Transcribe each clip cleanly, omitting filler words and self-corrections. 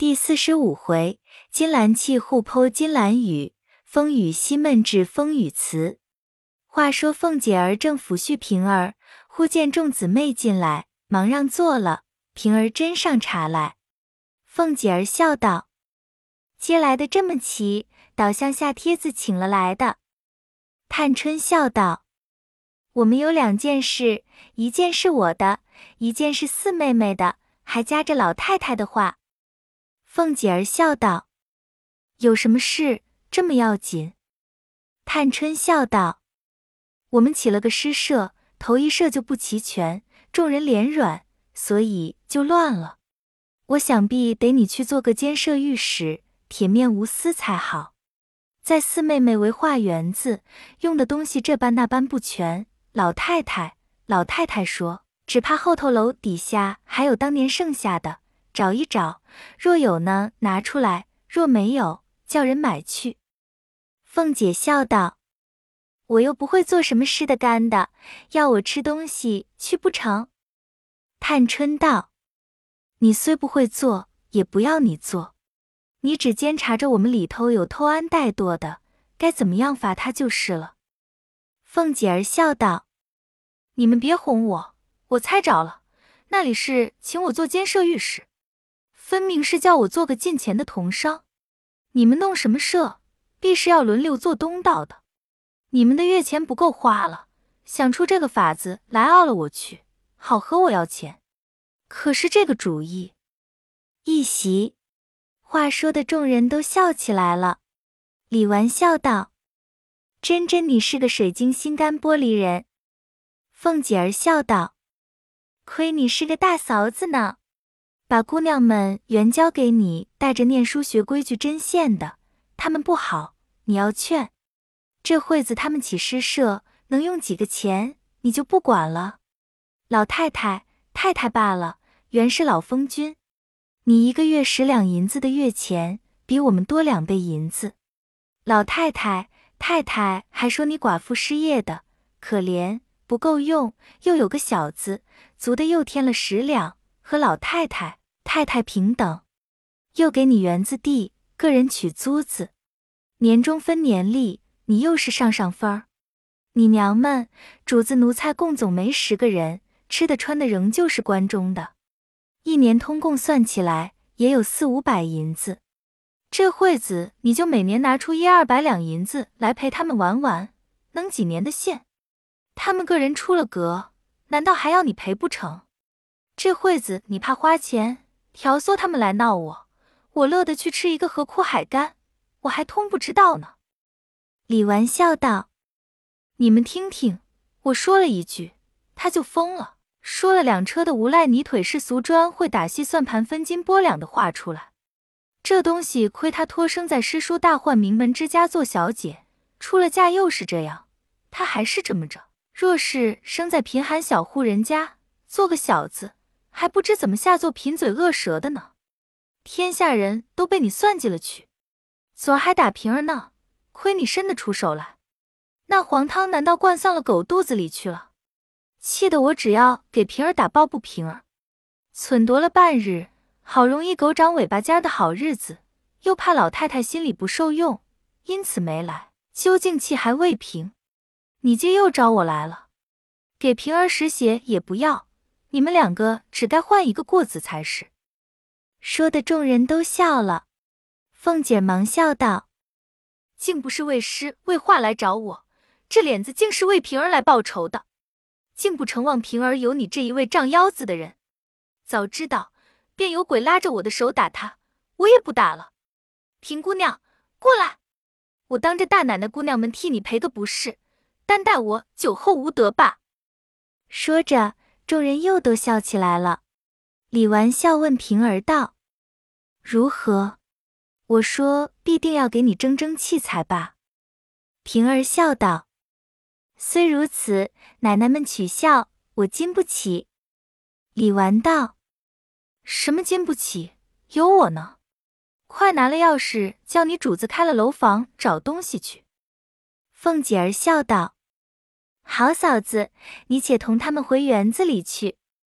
第45回，金兰气互剖金兰语，风雨西闷至风雨词。话说凤姐儿正抚恤平儿，忽见众姊妹进来，忙让坐了。平儿斟上茶来，凤姐儿笑道：“接来的这么齐，倒像下帖子请了来的。”探春笑道：“我们有2件事，一件是我的，一件是四妹妹的，还夹着老太太的话。”凤姐儿笑道：“有什么事这么要紧？”探春笑道：“我们起了个诗社，头一社就不齐全，众人脸软，所以就乱了。我想必得你去做个监舍御史，铁面无私才好。在四妹妹为画园子，用的东西这般那般不全，老太太说，只怕后头楼底下还有当年剩下的，找一找，若有呢拿出来，若没有，叫人买去。”凤姐笑道：“我又不会做什么湿的干的，要我吃东西去不成？”探春道：“你虽不会做，也不要你做，你只监察着我们里头有偷安怠惰的，该怎么样罚他就是了。”凤姐儿笑道：“你们别哄我，我猜着了，那里是请我做监舍御史，分明是叫我做个近前的童商。你们弄什么社，必是要轮流做东道的。你们的月钱不够花了，想出这个法子来熬了我去，好和我要钱。可是这个主意一席，话说的众人都笑起来了。李纨笑道：“真你是个水晶心肝玻璃人。”凤姐儿笑道：“亏你是个大嫂子呢，把姑娘们原交给你，带着念书学规矩针线的，他们不好，你要劝。这会子他们起诗社，能用几个钱，你就不管了。老太太罢了，原是老封君，你1个月10两银子的月钱，比我们多2倍银子。老太太还说你寡妇失业的，可怜，不够用，又有个小子，足的又添了10两，和老太太平等。又给你园子地，个人取租子，年终分年例，你又是上分儿。你娘们主子奴才共总没10个人，吃的穿的仍旧是关中的，一年通共算起来也有400-500银子。这会子你就每年拿出100-200两银子来陪他们玩，能几年的现？他们个人出了格，难道还要你赔不成？这会子你怕花钱调唆他们来闹我乐得去吃一个河枯海干，我还通不知道呢。”李纨笑道：“你们听听，我说了一句，他就疯了，说了2车的无赖泥腿式俗砖会打细算盘分斤拨两的话出来。这东西亏他托生在诗书大宦名门之家做小姐，出了嫁又是这样，他还是这么着。若是生在贫寒小户人家，做个小子，还不知怎么下做贫嘴恶舌的呢。天下人都被你算计了去，昨儿还打平儿呢，亏你伸得出手来。那黄汤难道灌丧了狗肚子里去了？气得我只要给平儿打抱不平儿，忖度了半日，好容易狗长尾巴尖的好日子，又怕老太太心里不受用，因此没来，究竟气还未平。你今又找我来了，给平儿10血也不要，你们2个只该换一个过子才是。”说的众人都笑了。凤姐忙笑道：“竟不是为诗为画来找我，这脸子竟是为平儿来报仇的，竟不成望平儿有你这一位仗腰子的人。早知道便有鬼拉着我的手打他，我也不打了。平姑娘过来，我当着大奶奶姑娘们替你赔个不是，单待我酒后无德吧。”说着众人又都笑起来了。李纨笑问平儿道：“如何？我说必定要给你争气才罢。”平儿笑道：“虽如此，奶奶们取笑，我禁不起。”李纨道：“什么禁不起？有我呢。快拿了钥匙，叫你主子开了楼房找东西去。”凤姐儿笑道：“好嫂子，你且同他们回园子里去。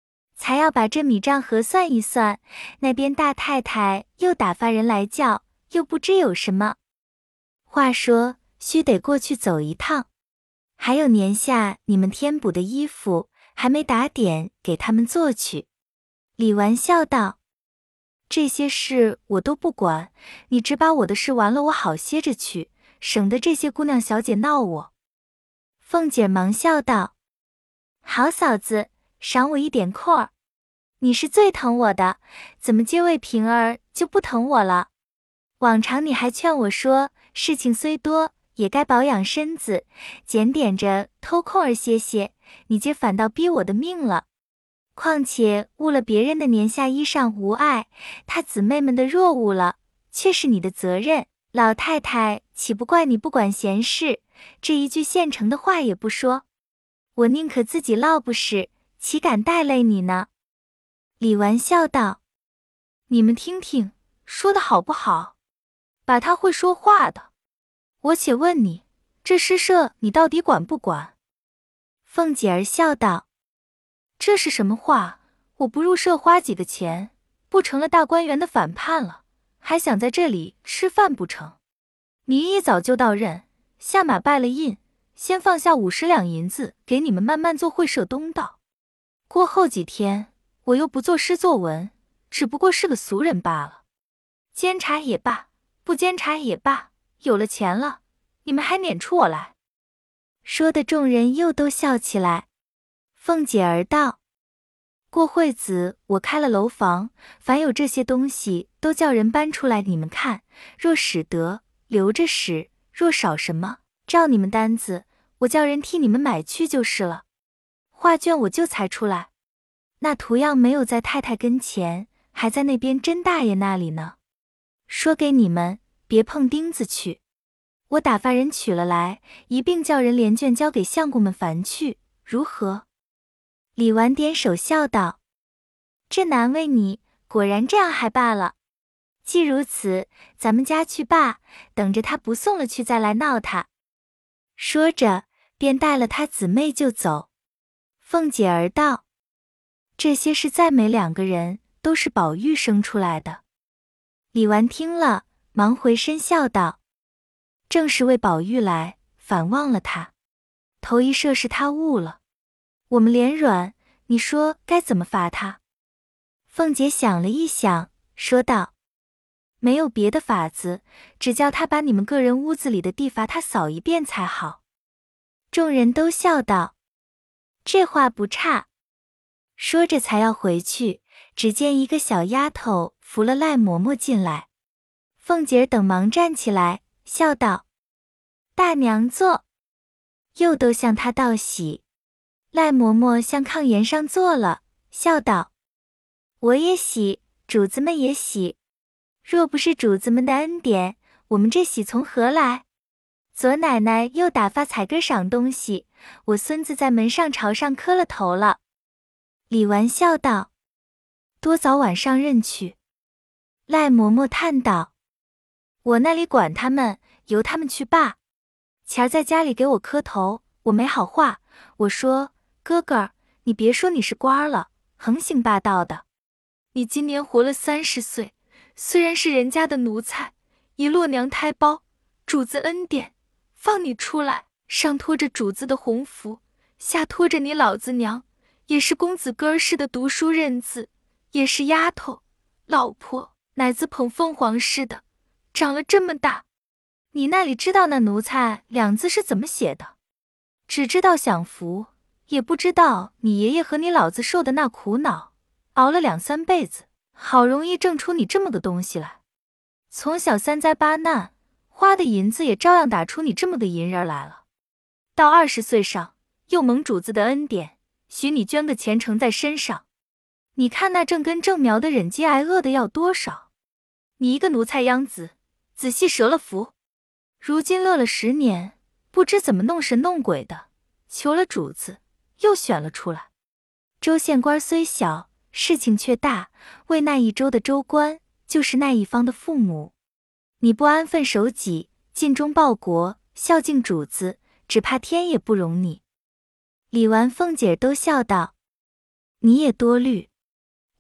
才要把这米账核算一算，那边大太太又打发人来叫，又不知有什么。话说，须得过去走一趟。还有年下你们添补的衣服，还没打点给他们做去。李纨笑道：这些事我都不管，你只把我的事完了，我好歇着去，省得这些姑娘小姐闹我。凤姐忙笑道：好嫂子，赏我一点空儿。你是最疼我的，怎么接位平儿就不疼我了？往常你还劝我说，事情虽多，也该保养身子，检点着偷空儿歇歇，你今反倒逼我的命了。况且误了别人的年下衣裳无碍，他姊妹们的若误了，却是你的责任。老太太岂不怪你不管闲事，这一句现成的话也不说？我宁可自己落不实，岂敢带累你呢？李纨笑道：你们听听，说的好不好？把他会说话的。我且问你，这诗社你到底管不管？凤姐儿笑道：这是什么话？我不入社花几个钱，不成了大观园的反叛了，还想在这里吃饭不成？你一早就到任，下马拜了印，先放下50两银子给你们慢慢做会社东道。过后几天，我又不作诗作文，只不过是个俗人罢了。监察也罢，不监察也罢，有了钱了，你们还撵出我来。说的众人又都笑起来。凤姐儿道：过会子我开了楼房，凡有这些东西都叫人搬出来你们看，若使得留着使，若少什么照你们单子，我叫人替你们买去就是了。画卷我就裁出来，那图样没有在太太跟前，还在那边甄大爷那里呢。说给你们，别碰钉子去。我打发人取了来，一并叫人连卷交给相公们烦去，如何？李纨点手笑道：这难为你，果然这样还罢了。既如此，咱们家去罢，等着他不送了去再来闹他。说着，便带了他姊妹就走。凤姐儿道：这些是再美2个人，都是宝玉生出来的。李纨听了，忙回身笑道：正是为宝玉来，反忘了他。头一射是他误了，我们连软，你说该怎么罚他？凤姐想了一想，说道：没有别的法子，只叫他把你们个人屋子里的地罚他扫一遍才好。众人都笑道：这话不差。说着才要回去，只见一个小丫头扶了赖嬷嬷进来。凤姐儿等忙站起来，笑道：大娘坐。又都向她道喜。赖嬷嬷向炕沿上坐了，笑道：我也喜，主子们也喜。若不是主子们的恩典，我们这喜从何来？左奶奶又打发彩根赏东西，我孙子在门上朝上磕了头了。李纨笑道：多早晚上任去。赖嬷嬷叹道：我那里管他们，由他们去罢。前儿在家里给我磕头，我没好话，我说哥哥儿，你别说你是官儿了，横行霸道的。你今年活了30岁，虽然是人家的奴才，一落娘胎包，主子恩典，放你出来，上托着主子的红福，下托着你老子娘，也是公子哥儿似的读书认字，也是丫头老婆奶子捧凤凰似的，长了这么大，你那里知道那奴才2字是怎么写的？只知道享福，也不知道你爷爷和你老子受的那苦恼，熬了2、3辈子，好容易挣出你这么个东西来。从小3灾8难，花的银子也照样打出你这么个银人来了。到20岁上，又蒙主子的恩典，许你捐个钱成在身上。你看那正根正苗的忍饥挨饿的要多少？你一个奴才秧子，仔细折了福。如今乐了10年，不知怎么弄神弄鬼的，求了主子，又选了出来。州县官虽小，事情却大，为那一州的州官，就是那一方的父母。你不安分守己，尽忠报国，孝敬主子，只怕天也不容你。李纨、凤姐都笑道：你也多虑。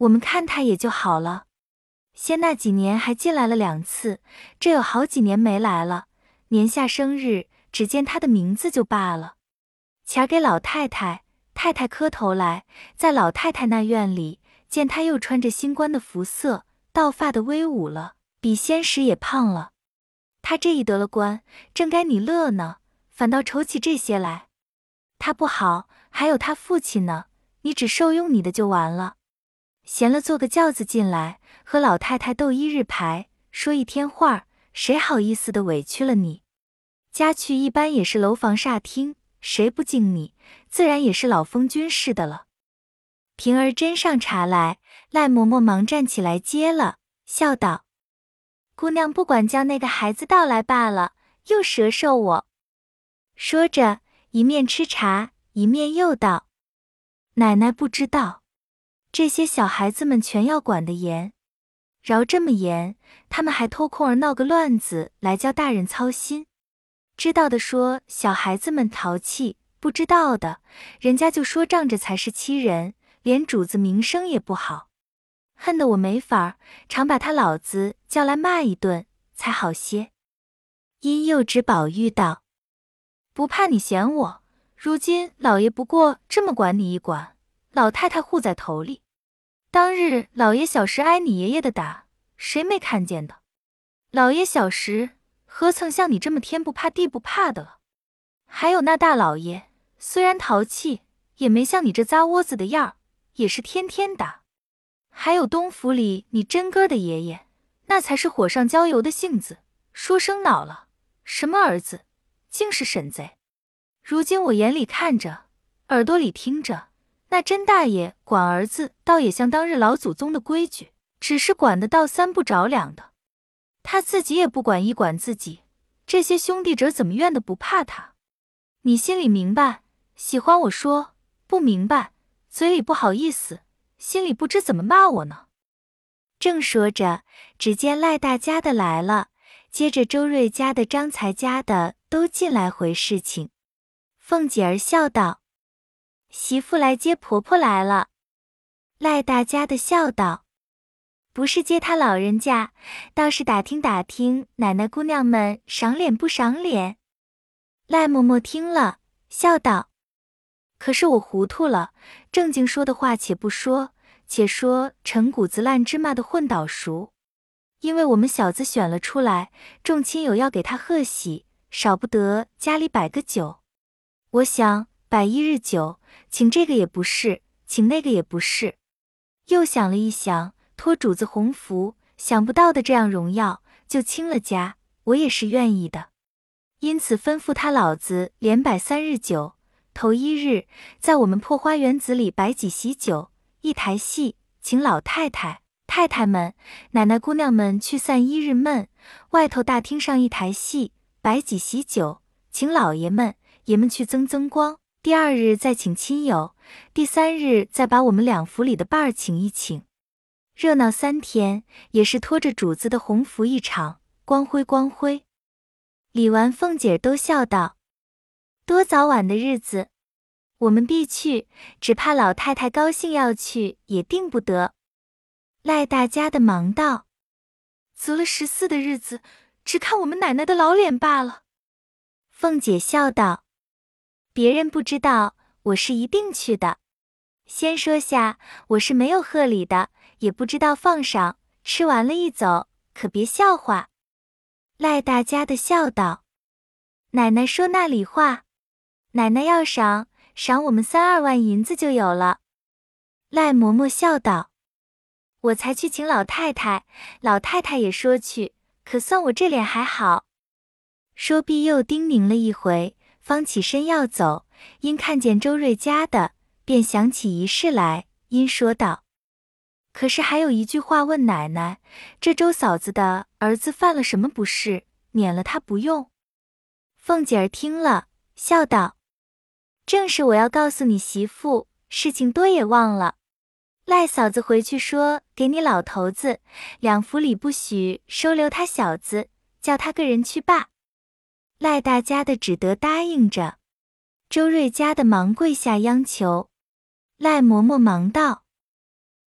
我们看他也就好了。先那几年还进来了2次，这有好几年没来了。年下生日，只见他的名字就罢了。前儿给老太太、太太磕头来，在老太太那院里，见他又穿着新冠的服色，倒发的威武了，比先时也胖了。他这一得了官，正该你乐呢，反倒愁起这些来。他不好，还有他父亲呢，你只受用你的就完了。闲了坐个轿子进来，和老太太斗1日牌，说1天话，谁好意思的委屈了你？家去一般也是楼房煞厅，谁不敬你，自然也是老封君似的了。平儿斟上茶来，赖嬷嬷忙站起来接了，笑道：姑娘不管叫那个孩子到来罢了，又折寿我。说着，一面吃茶，一面又道：奶奶不知道，这些小孩子们全要管得严，饶这么严，他们还偷空儿闹个乱子来叫大人操心。知道的说小孩子们淘气，不知道的，人家就说仗着才是欺人，连主子名声也不好。恨得我没法，常把他老子叫来骂一顿，才好些。因又指宝玉道：不怕你嫌我，如今老爷不过这么管你一管，老太太护在头里。当日老爷小时挨你爷爷的打，谁没看见的？老爷小时何曾像你这么天不怕地不怕的了？还有那大老爷，虽然淘气，也没像你这扎窝子的样儿，也是天天打。还有东府里你真哥的爷爷，那才是火上浇油的性子，说声恼了，什么儿子，竟是沈贼。如今我眼里看着，耳朵里听着，那甄大爷管儿子倒也像当日老祖宗的规矩，只是管得到3不着2的。他自己也不管一管自己，这些兄弟侄怎么怨的不怕他？你心里明白，喜欢我说；不明白，嘴里不好意思，心里不知怎么骂我呢。正说着，只见赖大家的来了，接着周瑞家的、张才家的都进来回事情。凤姐儿笑道：媳妇来接婆婆来了。赖大家的笑道：不是接他老人家，倒是打听打听奶奶姑娘们赏脸不赏脸。赖嬷嬷听了，笑道：可是我糊涂了，正经说的话且不说，且说陈谷子烂芝麻的混倒熟。因为我们小子选了出来，众亲友要给他贺喜，少不得家里摆个酒。我想摆1日酒，请这个也不是，请那个也不是。又想了一想，托主子鸿福，想不到的这样荣耀，就清了家，我也是愿意的。因此吩咐他老子连摆3日酒，头1日在我们破花园子里摆几席酒，1台戏，请老太太、太太们、奶奶姑娘们去散1日闷，外头大厅上1台戏，摆几席酒，请老爷们、爷们去增光。第2日再请亲友，第3日再把我们2府里的伴儿请一请。热闹3天，也是拖着主子的鸿福一场，光辉光辉。李纨、凤姐都笑道：多早晚的日子，我们必去，只怕老太太高兴要去，也定不得。赖大家的忙道：择了14的日子，只看我们奶奶的老脸罢了。凤姐笑道：别人不知道，我是一定去的。先说下，我是没有贺礼的，也不知道放上，吃完了一走，可别笑话。赖大家的笑道：奶奶说那里话，奶奶要赏，赏我们3-2万银子就有了。赖嬷嬷笑道：我才去请老太太，老太太也说去，可算我这脸还好。说毕又叮咛了一回，方起身要走，因看见周瑞家的，便想起一事来，因说道：可是还有一句话问奶奶，这周嫂子的儿子犯了什么不是，撵了他不用？凤姐儿听了，笑道：正是我要告诉你媳妇，事情多也忘了。赖嫂子回去说，给你老头子2府里不许收留他小子，叫他个人去罢。赖大家的只得答应着。周瑞家的忙跪下央求。赖嬷嬷忙道：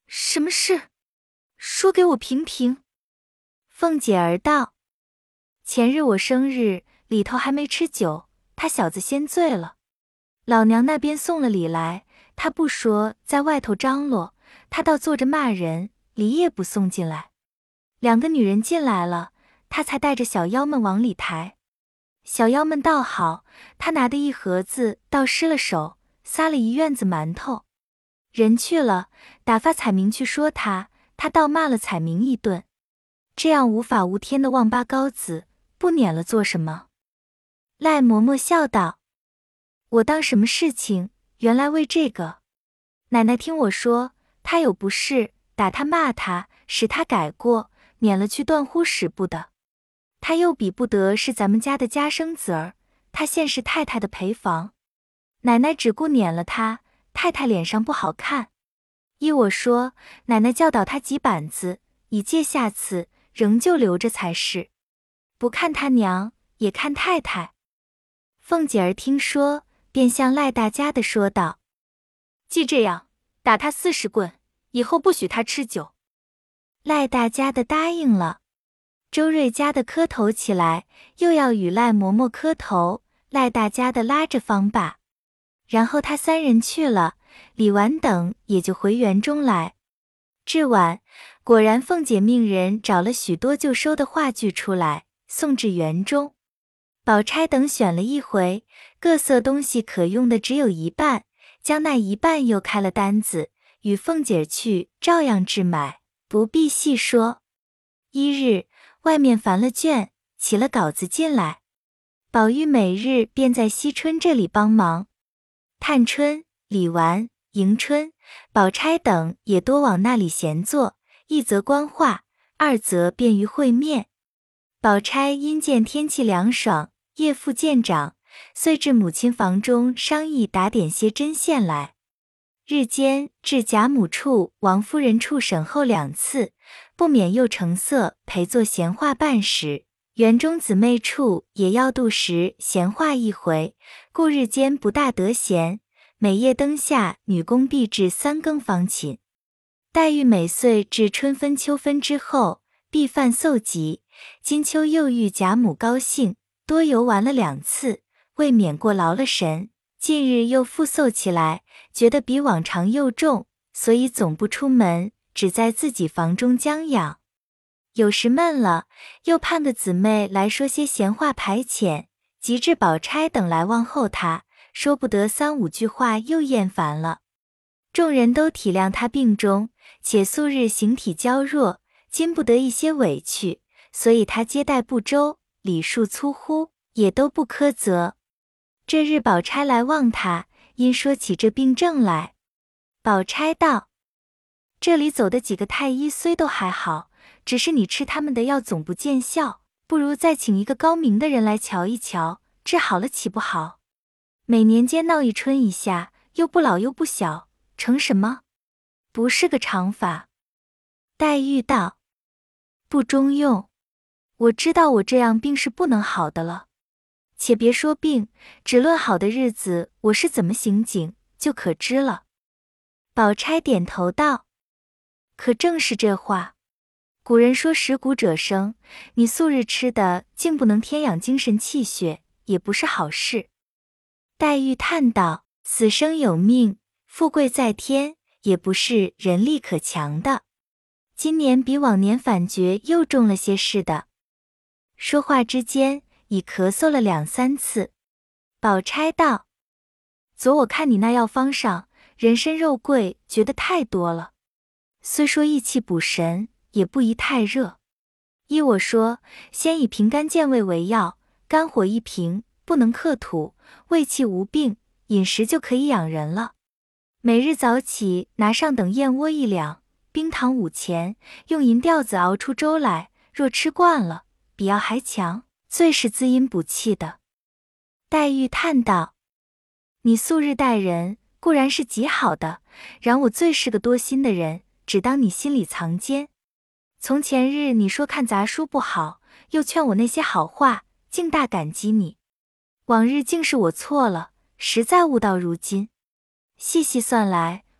什么事？说给我评评。凤姐儿道：前日我生日，里头还没吃酒，他小子先醉了。老娘那边送了礼来，他不说在外头张罗，他倒坐着骂人，礼也不送进来。两个女人进来了，他才带着小妖们往里抬。小妖们倒好，他拿的一盒子倒失了手，撒了一院子馒头。人去了，打发彩明去说他，他倒骂了彩明一顿。这样无法无天的忘八高子，不撵了做什么？赖嬷嬷笑道：我当什么事情，原来为这个。奶奶听我说，他有不是，打他骂他，使他改过，撵了去断乎使不得。他又比不得是咱们家的家生子儿，他现是太太的陪房。奶奶只顾撵了他，太太脸上不好看。依我说，奶奶教导他几板子，以戒下次仍旧留着才是。不看他娘，也看太太。凤姐儿听说，便向赖大家的说道：既这样，打他40棍，以后不许他吃酒。赖大家的答应了。周瑞家的磕头起来，又要与赖嬷嬷磕头，赖大家的拉着方罢。然后他三人去了，李纨等也就回园中来。至晚，果然凤姐命人找了许多旧收的话剧出来，送至园中。宝钗等选了一回，各色东西可用的只有一半，将那一半又开了单子，与凤姐去照样置买，不必细说。一日，外面烦了卷，起了稿子进来。宝玉每日便在惜春这里帮忙，探春、李纨、迎春、宝钗等也多往那里闲坐，一则观话，二则便于会面。宝钗因见天气凉爽，夜复见长，遂至母亲房中商议打点些针线来。日间至贾母处、王夫人处审候2次，不免又成色陪坐闲话半时。园中姊妹处也要度时闲话一回，故日间不大得闲。每夜灯下，女工必至3更方寝。黛玉每岁至春分秋分之后，必犯嗽疾，今秋又遇贾母高兴，多游玩了2次，未免过劳了神。近日又复嗽起来，觉得比往常又重，所以总不出门，只在自己房中将养。有时闷了，又盼个姊妹来说些闲话排遣，及至宝钗等来望候他，说不得3、5句话又厌烦了。众人都体谅他病中，且素日形体娇弱，经不得一些委屈，所以他接待不周，礼数粗忽，也都不苛责。这日宝钗来望他，因说起这病症来。宝钗道：这里走的几个太医虽都还好，只是你吃他们的药总不见效，不如再请一个高明的人来瞧一瞧，治好了岂不好？每年间闹一春一下，又不老又不小，成什么？不是个常法。黛玉道：不中用，我知道我这样病是不能好的了。且别说病，只论好的日子，我是怎么行景，就可知了。宝钗点头道：可正是这话。古人说食谷者生，你素日吃的竟不能添养精神气血，也不是好事。黛玉叹道：死生有命，富贵在天，也不是人力可强的。今年比往年反觉又重了些似的。说话之间，已咳嗽了2、3次。宝钗道：昨我看你那药方上，人参肉桂觉得太多了，虽说益气补神，也不宜太热。依我说，先以平肝健胃为要，肝火一平，不能克土，胃气无病，饮食就可以养人了。每日早起拿上等燕窝1两，冰糖5钱，用银吊子熬出粥来，若吃惯了，比药还强，最是滋阴补气的。黛玉叹道：你素日待人固然是极好的，然我最是个多心的人，只当你心里藏奸。从前日你说看杂书不好，又劝我那些好话，竟大感激你。往日竟是我错了，实在误到如今。细细算来，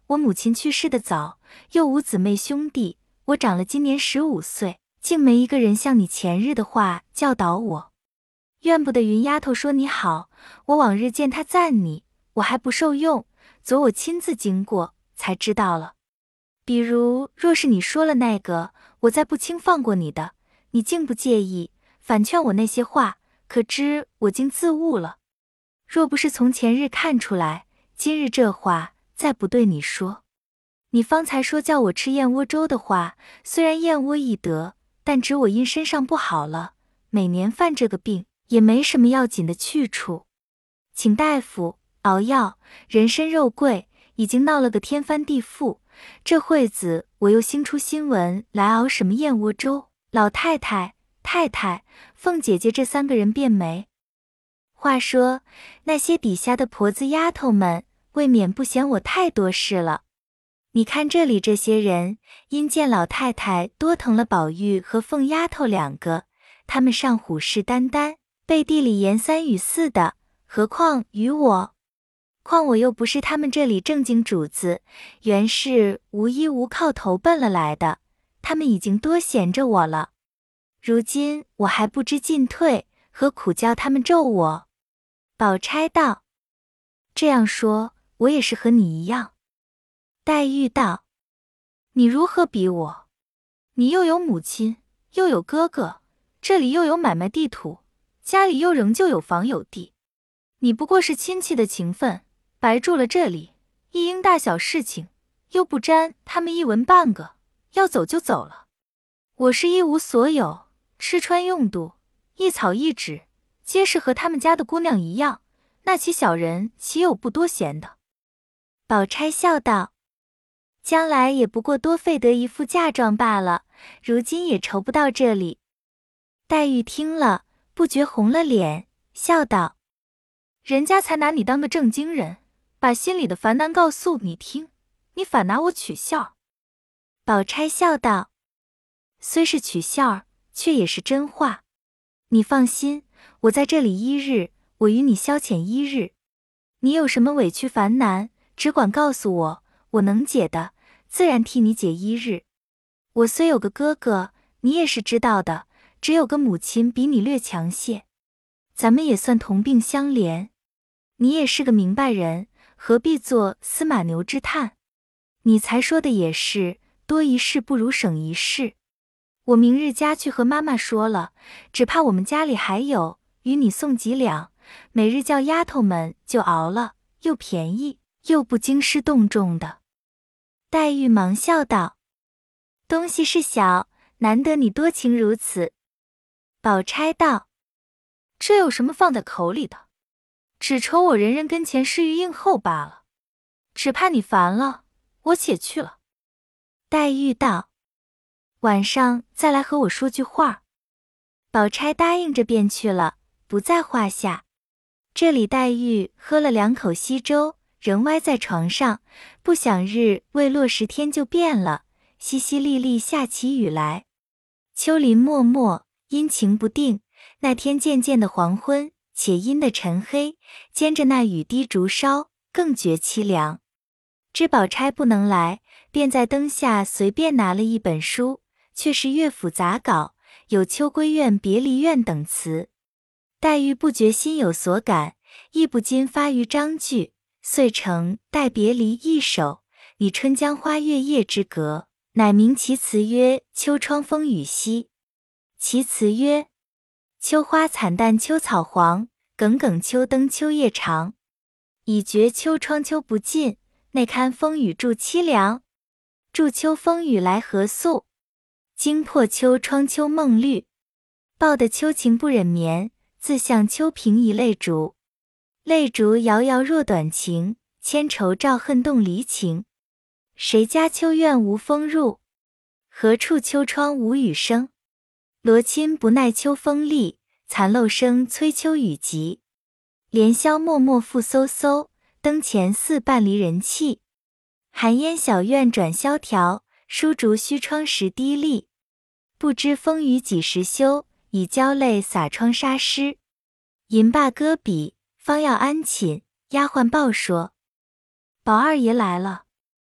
我母亲去世的早，又无姊妹兄弟，我长了今年15岁，竟没一个人像你前日的话教导我。怨不得云丫头说你好，我往日见她赞你，我还不受用，昨我亲自经过，才知道了。比如若是你说了那个，我再不轻放过你的，你竟不介意，反劝我那些话，可知我竟自误了。若不是从前日看出来，今日这话再不对你说。你方才说叫我吃燕窝粥的话，虽然燕窝易得，但只我因身上不好了，每年犯这个病，也没什么要紧的去处。请大夫熬药，人参肉桂，已经闹了个天翻地覆。这会子我又新出新闻来熬什么燕窝粥，老太太、太太、凤姐姐这3个人便没。话说那些底下的婆子丫头们，未免不嫌我太多事了。你看这里这些人，因见老太太多疼了宝玉和凤丫头2个，他们尚虎视眈眈，背地里言3语4的，何况与我？况我又不是他们这里正经主子，原是无依无靠投奔了来的，他们已经多闲着我了。如今我还不知进退，何苦叫他们咒我？宝钗道：这样说，我也是和你一样。黛玉道：你如何比我？你又有母亲，又有哥哥，这里又有买卖地土，家里又仍旧有房有地，你不过是亲戚的情分，白住了这里，一应大小事情，又不沾他们一文半个，要走就走了。我是一无所有，吃穿用度，一草一纸，皆是和他们家的姑娘一样，那其小人岂有不多闲的？宝钗笑道：将来也不过多费得一副嫁妆罢了，如今也愁不到这里。黛玉听了，不觉红了脸，笑道：人家才拿你当个正经人，把心里的烦难告诉你听，你反拿我取笑。宝钗笑道：虽是取笑，却也是真话。你放心，我在这里1日，我与你消遣1日。你有什么委屈烦难，只管告诉我，我能解的，自然替你解1日。我虽有个哥哥，你也是知道的，只有个母亲比你略强些，咱们也算同病相怜。你也是个明白人，何必做司马牛之叹？你才说的也是，多一事不如省一事。我明日家去和妈妈说了，只怕我们家里还有，与你送几两，每日叫丫头们就熬了，又便宜，又不兴师动众的。黛玉忙笑道：东西是小，难得你多情如此。宝钗道：这有什么放在口里的？只愁我人人跟前施于应候罢了，只怕你烦了，我且去了。黛玉道：晚上再来和我说句话。宝钗答应着便去了，不在话下。这里黛玉喝了2口稀粥，仍歪在床上，不想日未落时天就变了，淅淅沥沥下起雨来。秋林漠漠，阴晴不定，那天渐渐的黄昏，且阴的沉黑，兼着那雨滴竹梢，更觉凄凉。知宝钗不能来，便在灯下随便拿了一本书，却是乐府杂稿，有《秋闺怨》《别离怨》等词。黛玉不觉心有所感，亦不禁发于章句，遂成《待别离》一首，以春江花月夜之格，乃名其词曰《秋窗风雨夕》。其词曰：秋花惨淡秋草黄，耿耿秋灯秋夜长。已觉秋窗秋不尽，内堪风雨助凄凉。祝秋风雨来何速，惊破秋窗秋梦绿。报得秋情不忍眠，自向秋萍一泪逐。泪逐遥遥若短情，千愁照恨动离情。谁家秋院无风入，何处秋窗无雨声。罗衾不耐秋风力，残漏声催秋雨急。帘宵默默复飕飕，灯前似半离人气。寒烟小院转萧条，疏竹虚窗时滴沥。不知风雨几时休，已浇泪洒窗纱湿。吟罢歌笔，方要安寝，丫鬟报说：宝二爷来了。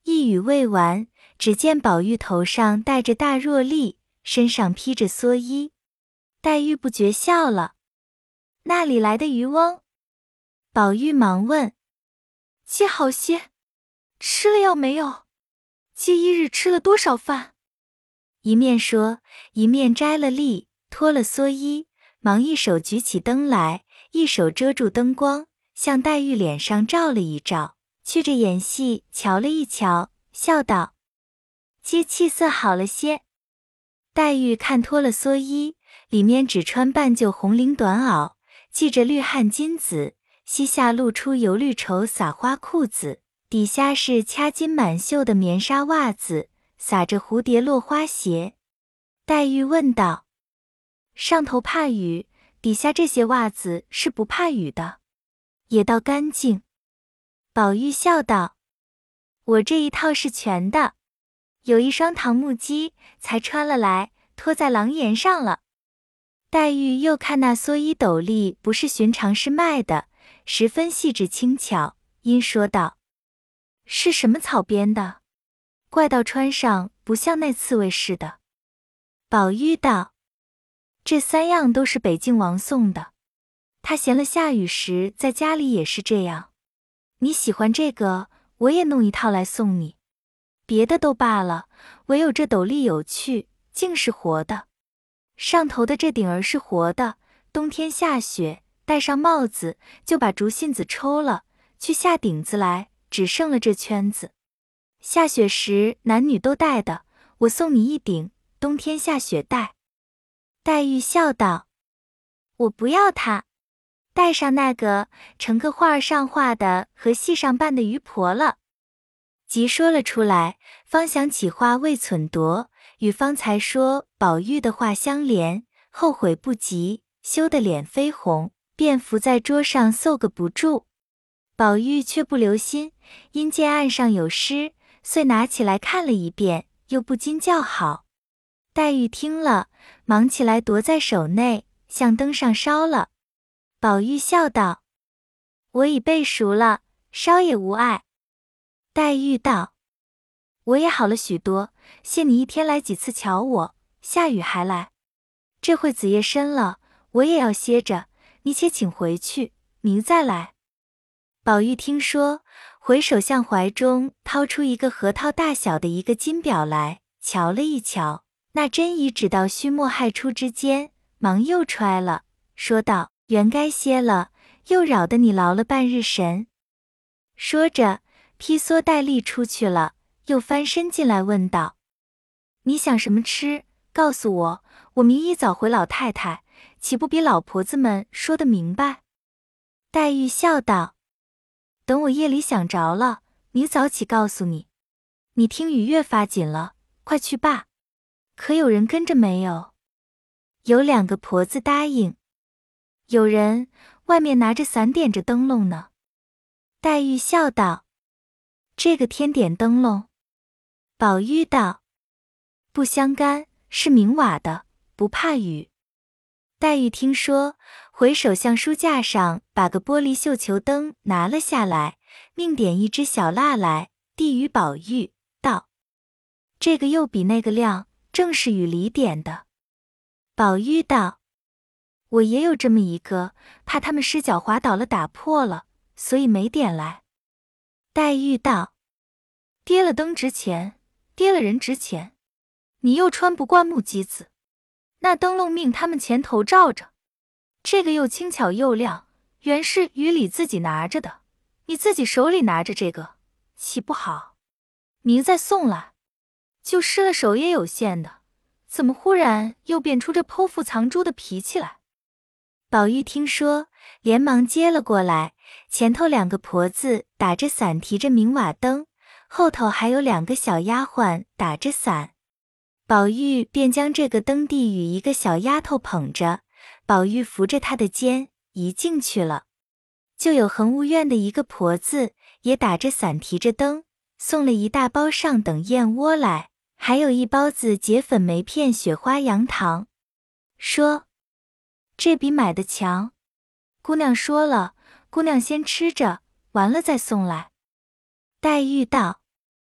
一语未完，只见宝玉头上戴着大箬笠，身上披着蓑衣。黛玉不觉笑了：“那里来的渔翁？”宝玉忙问：“接好些，吃了药没有？接一日吃了多少饭？”一面说，一面摘了笠，脱了蓑衣，忙一手举起灯来，一手遮住灯光，向黛玉脸上照了一照，觑着眼细瞧了一瞧，笑道：“接气色好了些。”黛玉看脱了蓑衣，里面只穿半旧红绫短袄，系着绿汗金子，膝下露出油绿绸撒花裤子，底下是掐金满绣的棉纱袜子，撒着蝴蝶落花鞋。黛玉问道：“上头怕雨，底下这些袜子是不怕雨的，也倒干净。”宝玉笑道：“我这一套是全的，有一双唐木屐，才穿了来，脱在廊檐上了。”黛玉又看那蓑衣斗笠不是寻常是卖的，十分细致轻巧，因说道：“是什么草编的？怪到穿上不像那刺猬似的。”宝玉道：“这3样都是北静王送的，他闲了下雨时在家里也是这样。你喜欢这个，我也弄一套来送你。别的都罢了，唯有这斗笠有趣，竟是活的。上头的这顶儿是活的，冬天下雪，戴上帽子，就把竹信子抽了，去下顶子来，只剩了这圈子。下雪时男女都戴的，我送你一顶，冬天下雪戴。”黛玉笑道：“我不要它，戴上那个，成个画儿上画的和戏上扮的渔婆了。”即说了出来，方想起话未忖夺，与方才说宝玉的话相连，后悔不及，羞得脸绯红，便伏在桌上搜个不住。宝玉却不留心，因见案上有诗，遂拿起来看了一遍，又不禁叫好。黛玉听了，忙起来夺在手内，向灯上烧了。宝玉笑道：“我已背熟了，烧也无碍。”黛玉道：“我也好了许多，谢你一天来几次瞧我，下雨还来。这会子夜深了，我也要歇着，你且请回去，明再来。”宝玉听说，回手向怀中掏出一个核桃大小的一个金表来，瞧了一瞧，那针已指到须末亥初之间，忙又揣了，说道：“原该歇了，又扰得你劳了半日神。”说着披蓑戴笠出去了，又翻身进来问道：“你想什么吃？告诉我，我明一早回老太太，岂不比老婆子们说得明白？”黛玉笑道：“等我夜里想着了，明早起告诉你。你听雨越发紧了，快去罢。可有人跟着没有？”有2个婆子答应。有人外面拿着伞点着灯笼呢。黛玉笑道：“这个天点灯笼？”宝玉道：“不相干，是明瓦的，不怕雨。”黛玉听说，回手向书架上把个玻璃绣球灯拿了下来，命点一支小蜡来，递与宝玉，道：“这个又比那个亮，正是雨里点的。”宝玉道：“我也有这么一个，怕他们失脚滑倒了打破了，所以没点来。”黛玉道：“跌了灯值钱，跌了人值钱。你又穿不惯木屐子，那灯笼命他们前头照着，这个又轻巧又亮，原是雨里自己拿着的，你自己手里拿着这个，岂不好？明再送来，就失了手也有限的，怎么忽然又变出这剖腹藏珠的脾气来？”宝玉听说，连忙接了过来，前头2个婆子打着伞提着明瓦灯，后头还有2个小丫鬟打着伞。宝玉便将这个灯递与一个小丫头捧着，宝玉扶着她的肩移进去了。就有恒芜院的一个婆子也打着伞提着灯，送了一大包上等燕窝来，还有1包子结粉梅片雪花羊糖，说：“这比买的强。姑娘说了，姑娘先吃着，完了再送来。”黛玉道：“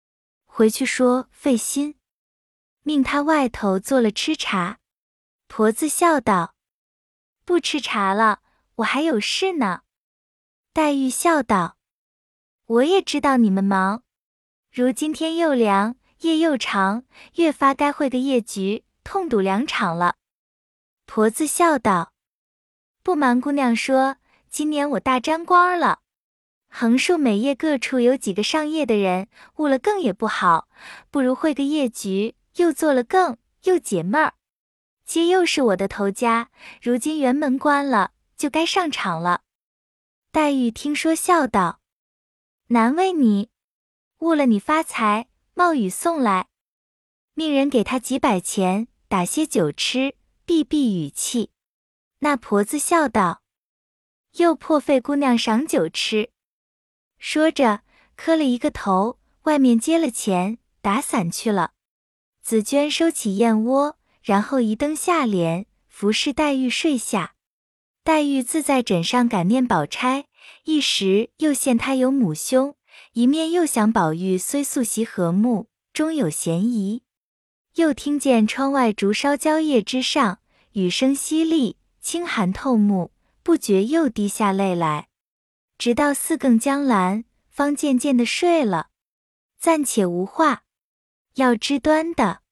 回去说费心，命他外头做了吃茶。婆子笑道：不吃茶了，我还有事呢。黛玉笑道：我也知道你们忙，如今天又凉，夜又长，越发该会个夜局，痛赌2场了。婆子笑道：不瞒姑娘说，今年我大沾光了，横竖每夜各处有几个上夜的人，误了更也不好，不如会个夜局，又做了更，又解闷儿。皆又是我的头家，如今辕门关了，就该上场了。黛玉听说笑道：难为你，误了你发财，冒雨送来，命人给他几百钱，打些酒吃，避避语气。那婆子笑道：又破费姑娘赏酒吃。说着磕了一个头，外面接了钱，打伞去了。紫鹃收起燕窝，然后一蹬下帘，服侍黛玉睡下。黛玉自在枕上感念宝钗，一时又羡她有母兄，一面又想宝玉虽素习和睦，终有嫌疑。又听见窗外竹梢蕉叶之上，雨声淅沥，清寒透目，不觉又滴下泪来。直到4更将阑，方渐渐的睡了。暂且无话，要知端的